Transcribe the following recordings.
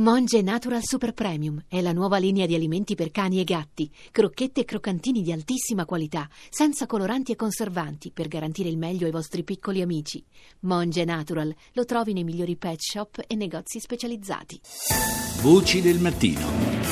Monge Natural Super Premium è la nuova linea di alimenti per cani e gatti, crocchette e croccantini di altissima qualità, senza coloranti e conservanti, per garantire il meglio ai vostri piccoli amici. Monge Natural lo trovi nei migliori pet shop e negozi specializzati. Voci del mattino.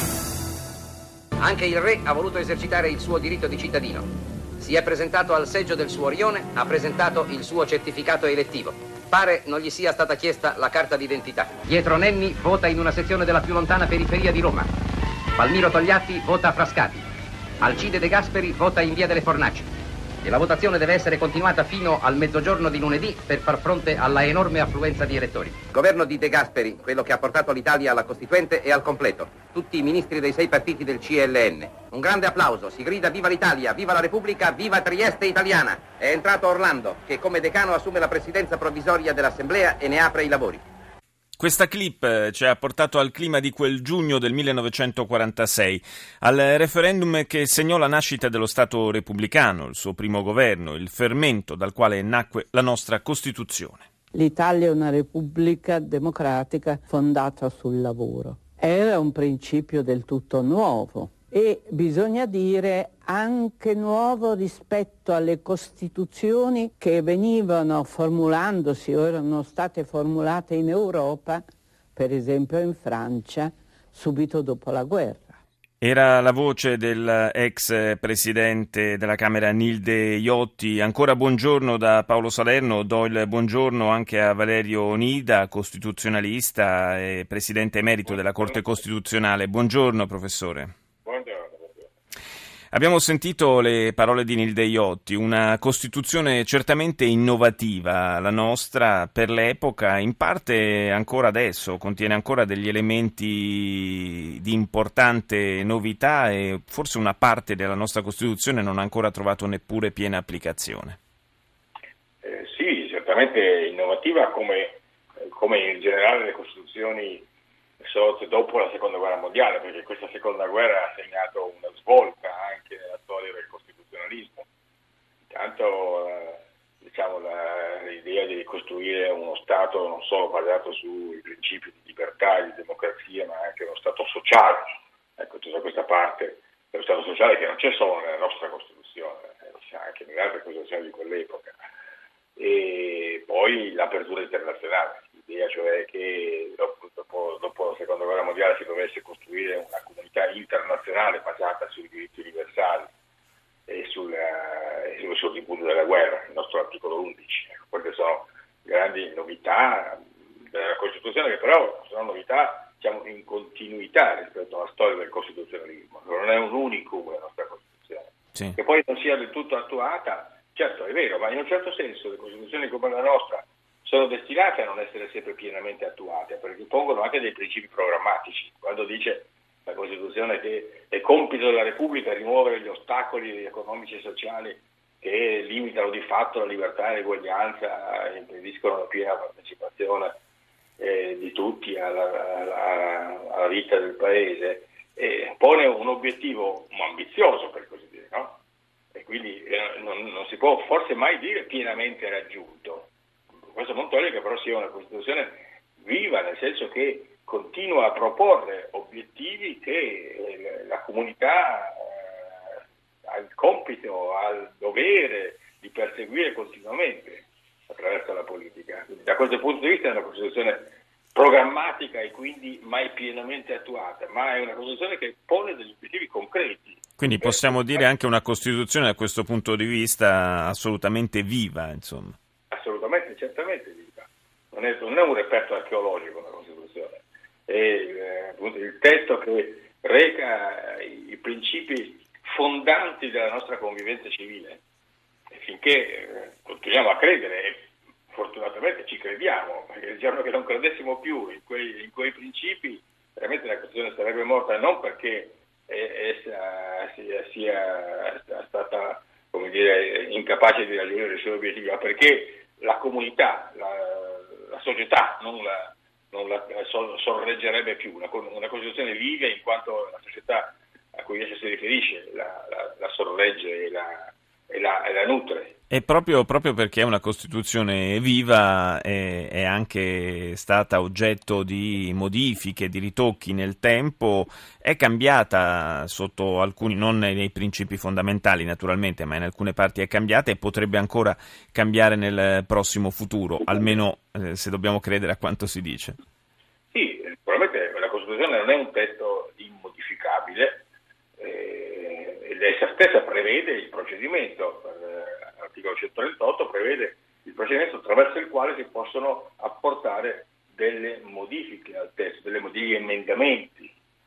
Anche il re ha voluto esercitare il suo diritto di cittadino. Si è presentato al seggio del suo rione, ha presentato il suo certificato elettivo. Pare non gli sia stata chiesta la carta d'identità. Pietro Nenni vota in una sezione della più lontana periferia di Roma. Palmiro Togliatti vota a Frascati. Alcide De Gasperi vota in via delle Fornaci. E la votazione deve essere continuata fino al mezzogiorno di lunedì per far fronte alla enorme affluenza di elettori. Il governo di De Gasperi, quello che ha portato l'Italia alla Costituente, è al completo. Tutti i ministri dei 6 partiti del CLN. Un grande applauso, si grida viva l'Italia, viva la Repubblica, viva Trieste italiana. È entrato Orlando, che come decano assume la presidenza provvisoria dell'Assemblea e ne apre i lavori. Questa clip ci ha portato al clima di quel giugno del 1946, al referendum che segnò la nascita dello Stato repubblicano, il suo primo governo, il fermento dal quale nacque la nostra Costituzione. L'Italia è una repubblica democratica fondata sul lavoro. Era un principio del tutto nuovo e bisogna dire anche nuovo rispetto alle costituzioni che venivano formulandosi o erano state formulate in Europa, per esempio in Francia, subito dopo la guerra. Era la voce dell'ex presidente della Camera Nilde Iotti. Ancora buongiorno da Paolo Salerno, do il buongiorno anche a Valerio Onida, costituzionalista e presidente emerito della Corte Costituzionale. Buongiorno professore. Abbiamo sentito le parole di Nilde Iotti, una Costituzione certamente innovativa, la nostra per l'epoca, in parte ancora adesso, contiene ancora degli elementi di importante novità e forse una parte della nostra Costituzione non ha ancora trovato neppure piena applicazione. Sì, certamente innovativa come in generale le Costituzioni sorte dopo la Seconda Guerra Mondiale, perché questa Seconda Guerra ha segnato una svolta anche nella storia del costituzionalismo. Intanto l'idea di costruire uno Stato non solo basato sui principi di libertà e di democrazia, ma anche uno Stato sociale. Ecco, tutta questa parte dello Stato sociale che non c'è solo nella nostra Costituzione, c'è anche nelle altre Costituzioni di quell'epoca. E poi l'apertura internazionale, l'idea cioè che dopo la Seconda Guerra Mondiale si dovesse costruire una comunità internazionale basata sui diritti universali e sul ripudio della guerra, il nostro articolo 11. Ecco, queste sono grandi novità della Costituzione, che però sono novità in continuità rispetto alla storia del costituzionalismo. Non è un unicum la nostra Costituzione. Sì. Che poi non sia del tutto attuata, certo è vero, ma in un certo senso le Costituzioni come la nostra sono destinate a non essere sempre pienamente attuate, perché impongono anche dei principi programmatici. Quando dice la Costituzione che è compito della Repubblica rimuovere gli ostacoli economici e sociali che limitano di fatto la libertà e l'eguaglianza e impediscono la piena partecipazione di tutti alla vita del Paese, pone un obiettivo ambizioso, per così dire, no? E quindi non si può forse mai dire pienamente raggiunto. Questo non toglie che però sia una Costituzione viva, nel senso che continua a proporre obiettivi che la comunità ha il compito, ha il dovere di perseguire continuamente attraverso la politica. Quindi, da questo punto di vista è una Costituzione programmatica e quindi mai pienamente attuata, ma è una Costituzione che pone degli obiettivi concreti. Quindi possiamo dire anche una Costituzione da questo punto di vista assolutamente viva, insomma. Assolutamente, certamente viva. Non è un reperto archeologico una Costituzione. È appunto il testo che reca i principi fondanti della nostra convivenza civile. E finché continuiamo a credere, e fortunatamente ci crediamo, perché il giorno che non credessimo più in quei principi, veramente la Costituzione sarebbe morta, non perché essa sia stata, come dire, incapace di raggiungere i suoi obiettivi, ma perché la comunità, la società non la sorreggerebbe più. Una Costituzione vive in quanto la società a cui essa si riferisce la sorregge e la nutre. E proprio perché è una Costituzione viva, è anche stata oggetto di modifiche, di ritocchi nel tempo, è cambiata sotto alcuni, non nei principi fondamentali naturalmente, ma in alcune parti è cambiata e potrebbe ancora cambiare nel prossimo futuro, almeno se dobbiamo credere a quanto si dice. Sì, probabilmente la Costituzione non è un testo immodificabile, ed essa stessa prevede il procedimento. L'articolo 138 prevede il procedimento attraverso il quale si possono apportare delle modifiche al testo, degli emendamenti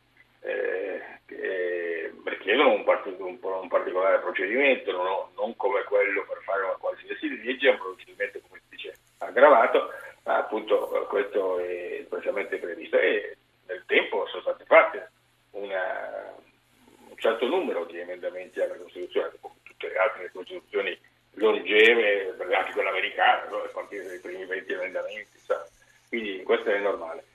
che richiedono un particolare procedimento, non come quello per fare una qualsiasi legge, è un procedimento, come si dice, aggravato, ma appunto questo è espressamente previsto, e nel tempo sono state fatte un certo numero di emendamenti alla Costituzione, come tutte le altre Costituzioni longeve, anche quella americana, no? A partire dai primi 20 emendamenti, quindi questo è normale.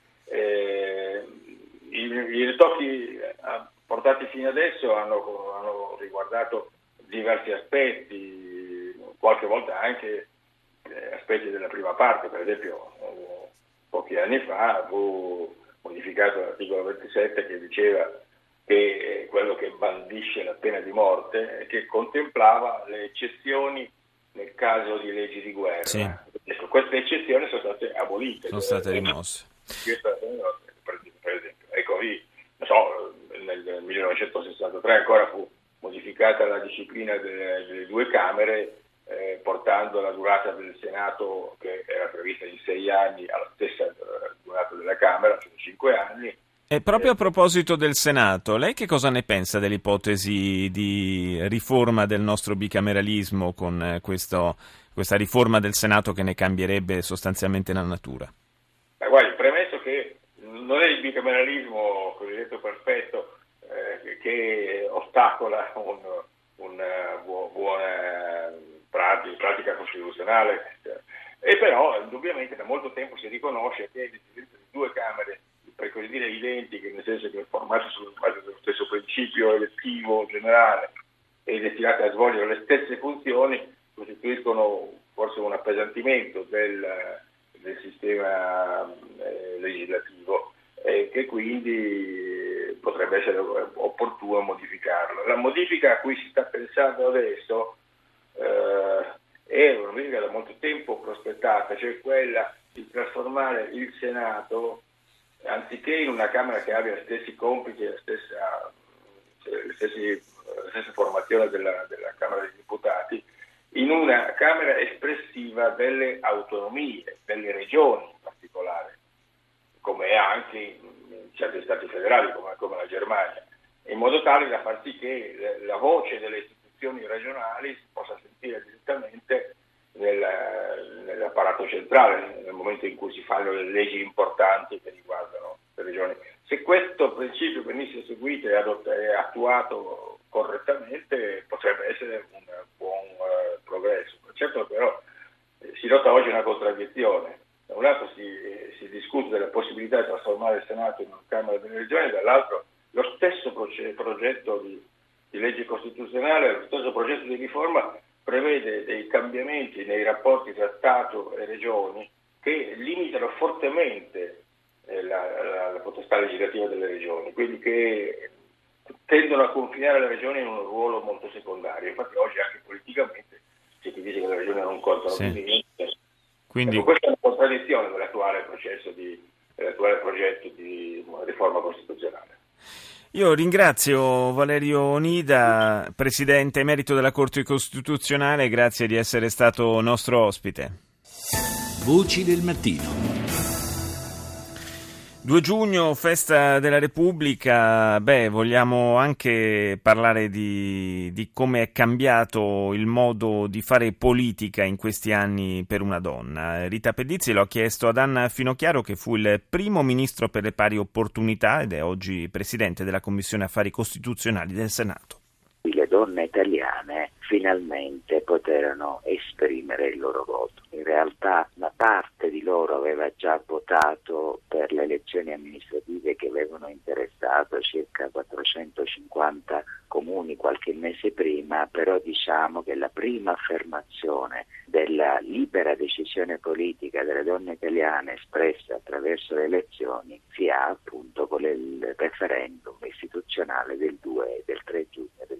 I ritocchi portati fino adesso hanno riguardato diversi aspetti, qualche volta anche aspetti della prima parte. Per esempio, pochi anni fa fu modificato l'articolo 27 che diceva che quello che bandisce la pena di morte e che contemplava le eccezioni nel caso di leggi di guerra. Sì. Ecco, queste eccezioni sono state abolite. Sono state rimosse. Per esempio, ecco lì, nel 1963 ancora fu modificata la disciplina delle due Camere, portando la durata del Senato, che era prevista in 6 anni, alla stessa durata della Camera, cioè 5 anni. E proprio a proposito del Senato, lei che cosa ne pensa dell'ipotesi di riforma del nostro bicameralismo con questa riforma del Senato che ne cambierebbe sostanzialmente la natura? Guardi, premesso che non è il bicameralismo cosiddetto perfetto che ostacola una buona pratica costituzionale, e però indubbiamente da molto tempo si riconosce che l'esistenza di due Camere, per così dire, identiche, nel senso che formate sulla base dello stesso principio elettivo generale e destinate a svolgere le stesse funzioni, costituiscono forse un appesantimento del sistema legislativo, che quindi potrebbe essere opportuno modificarlo. La modifica a cui si sta pensando adesso è una modifica da molto tempo prospettata, cioè quella di trasformare il Senato, anziché in una Camera che abbia gli stessi compiti, la stessa formazione della Camera dei Deputati, in una Camera espressiva delle autonomie, delle regioni in particolare, come è anche in certi stati federali come la Germania, in modo tale da far sì che la voce delle istituzioni regionali si possa sentire direttamente nell'apparato centrale, nel momento in cui si fanno le leggi importanti che riguardano le regioni. Se questo principio venisse seguito e attuato correttamente, potrebbe essere un buon progresso. Certo, però si nota oggi una contraddizione. Da un lato si discute della possibilità di trasformare il Senato in una Camera delle Regioni, dall'altro lo stesso progetto di legge costituzionale, lo stesso progetto di riforma prevede dei cambiamenti nei rapporti tra Stato e Regioni che limitano fortemente la potestà legislativa delle Regioni, quindi che tendono a confinare le Regioni in un ruolo molto secondario. Infatti oggi anche politicamente c'è chi dice che le Regioni non contano più di niente. Quindi... Ecco, questa è una contraddizione dell'attuale progetto di riforma costituzionale. Io ringrazio Valerio Onida, Presidente emerito della Corte Costituzionale, grazie di essere stato nostro ospite. Voci del mattino. 2 giugno, festa della Repubblica, vogliamo anche parlare di come è cambiato il modo di fare politica in questi anni per una donna. Rita Pedizzi lo ha chiesto ad Anna Finocchiaro, che fu il primo ministro per le pari opportunità ed è oggi presidente della Commissione Affari Costituzionali del Senato. Le donne italiane finalmente poterono esprimere il loro voto. In realtà una parte di loro aveva già votato per le elezioni amministrative che avevano interessato circa 450 comuni qualche mese prima, però diciamo che la prima affermazione della libera decisione politica delle donne italiane espressa attraverso le elezioni si ha appunto con il referendum istituzionale del 2 e del 3 giugno del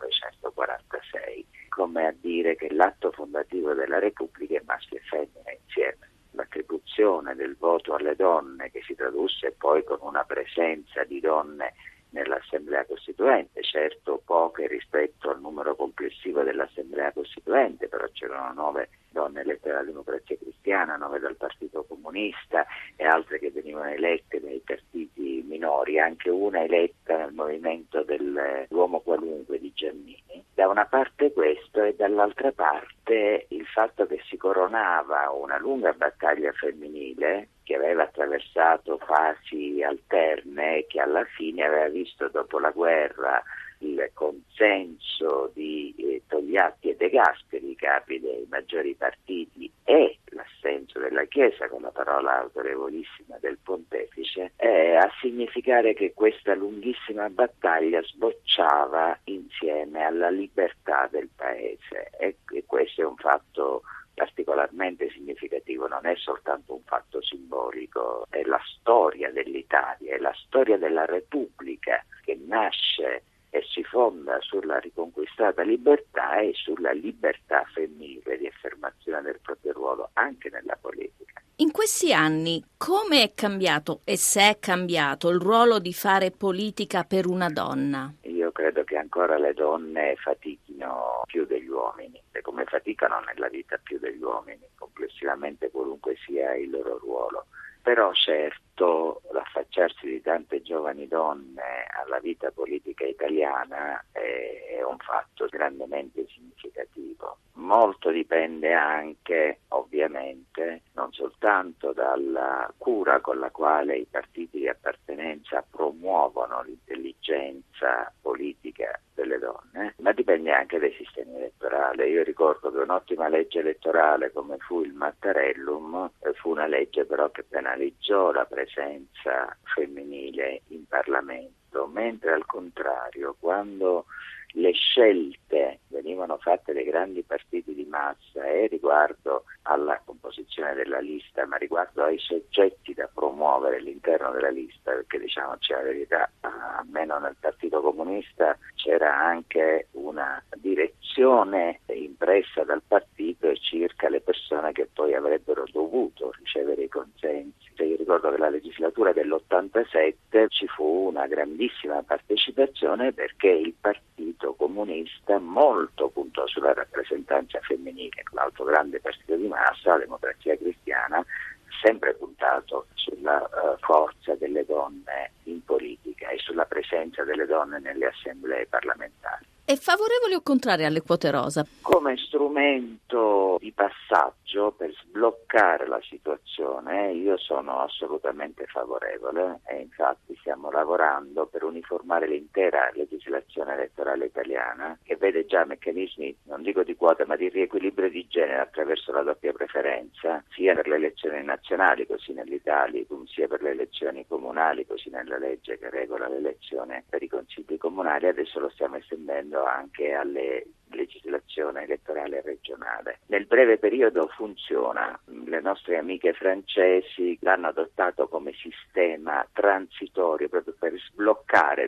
1946, come a dire che l'atto fondativo della Repubblica è maschio e femmina insieme. L'attribuzione del voto alle donne, che si tradusse poi con una presenza di donne nell'Assemblea Costituente, certo poche rispetto al numero complessivo dell'Assemblea Costituente, però c'erano 9 donne elette dalla Democrazia Cristiana, 9 dal Partito Comunista e altre che venivano elette dai partiti minori, anche una eletta nel movimento dell'uomo qualunque di Giannini. Da una parte questo e dall'altra parte il fatto che si coronava una lunga battaglia femminile che aveva attraversato fasi alterne e che alla fine aveva visto dopo la guerra il consenso di Togliatti e De Gasperi, capi dei maggiori partiti, e l'assenso della Chiesa, con la parola autorevolissima del pontefice, a significare che questa lunghissima battaglia sbocciava insieme alla libertà del paese, e questo è un fatto particolarmente significativo, non è soltanto un fatto simbolico, è la storia dell'Italia, è la storia della Repubblica che nasce e si fonda sulla riconquistata libertà e sulla libertà femminile di affermazione del proprio ruolo anche nella politica. In questi anni come è cambiato, e se è cambiato, il ruolo di fare politica per una donna? Io credo che ancora le donne fatichino più degli uomini, e come faticano nella vita più degli uomini, complessivamente qualunque sia il loro ruolo. Però certo l'affacciarsi di tante giovani donne alla vita politica italiana è un fatto grandemente significativo. Molto dipende anche, ovviamente, non soltanto dalla cura con la quale i partiti di appartenenza promuovono l'intelligenza politica delle donne, ma dipende anche dai sistemi elettorali. Io ricordo che un'ottima legge elettorale come fu il Mattarellum fu una legge però che penalizzò la presenza femminile in Parlamento, mentre al contrario, quando le scelte venivano fatte dai grandi partiti di massa e riguardo alla composizione della lista, ma riguardo ai soggetti da promuovere all'interno della lista, perché diciamoci la verità, almeno nel Partito Comunista c'era anche una direzione impressa dal partito circa le persone che poi avrebbero dovuto ricevere i consensi. Io ricordo che la legislatura dell'87 ci fu una grandissima partecipazione perché il Partito Comunista molto puntò sulla rappresentanza femminile, l'altro grande partito di massa, la Democrazia Cristiana, ha sempre puntato sulla forza delle donne in politica e sulla presenza delle donne nelle assemblee parlamentari. È favorevole o contraria alle quote rosa? Come strumento di passaggio per sbloccare la situazione io sono assolutamente favorevole e infatti stiamo lavorando per uniformare l'intera legislazione elettorale italiana che vede già meccanismi, non dico di quote, ma di riequilibrio di genere attraverso la doppia preferenza, sia per le elezioni nazionali, così nell'Italia, sia per le elezioni comunali, così nella legge che regola l'elezione per i consigli comunali. Adesso lo stiamo estendendo anche alle legislazione elettorale regionale. Nel breve periodo funziona. Le nostre amiche francesi l'hanno adottato come sistema transitorio proprio per sbloccare,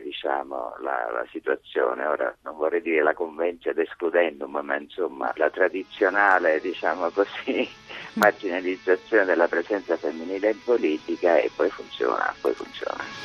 la situazione. Ora non vorrei dire la convention ad excludendum, ma insomma la tradizionale, marginalizzazione della presenza femminile in politica, e poi funziona.